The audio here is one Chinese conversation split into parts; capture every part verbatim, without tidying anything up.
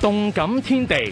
動感天地。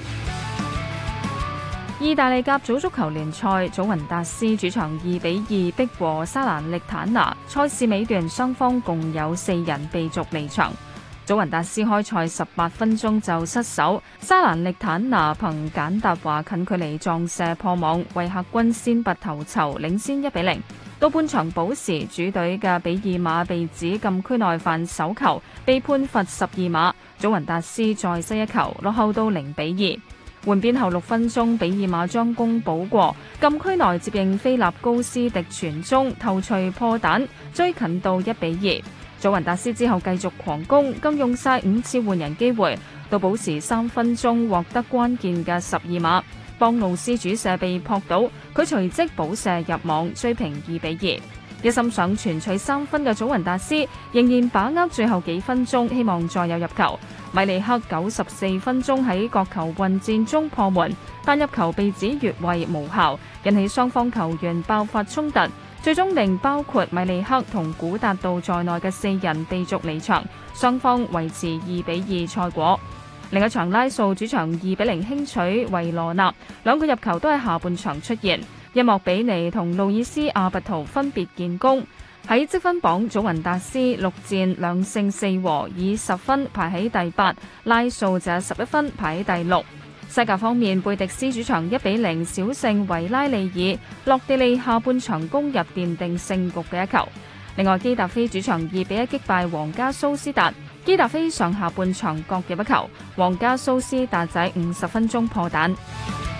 意大利甲組足球聯賽，祖雲達斯主場二比二逼和沙蘭力坦拿。賽事尾段，雙方共有四人被逐離場。祖雲達斯開賽十八分鐘就失守，沙蘭力坦拿憑簡達華近距離撞射破網，為客軍先拔頭籌，領先一比零。到半場補時，主隊嘅比爾馬被指禁區內犯手球，被判罰十二碼。祖雲達斯再失一球，落後到零比二。換邊後六分鐘，比爾馬將功補過，禁區內接應菲納高斯迪傳中，頭槌破蛋，追近到一比二。祖雲達斯之後繼續狂攻，更用晒五次換人機會，到補時三分鐘獲得關鍵嘅十二碼，邦路斯主射被撲倒，佢隨即補射入網，追平二比二。一心想全取三分嘅祖雲達斯仍然把握最後幾分鐘，希望再有入球。米利克九十四分鐘喺角球混戰中破門，但入球被指越位無效，引起雙方球員爆發衝突，最終令包括米利克同古達道在內嘅四人被逐離場，雙方維持二比二賽果。另一場拉素主場二比零輕取維羅納，兩個入球都喺下半場出現，一莫比尼同路易斯阿拔圖分別建功。喺積分榜，祖雲達斯六戰兩勝四和，以十分排喺第八，拉素就十一分排喺第六。西甲方面，貝迪斯主場一比零小勝維拉利爾，洛地利下半場攻入奠定勝局嘅一球。另外，基達菲主場二比一擊敗皇家蘇斯達，基達菲上下半場各入一球，皇家蘇斯達仔五十分鐘破蛋。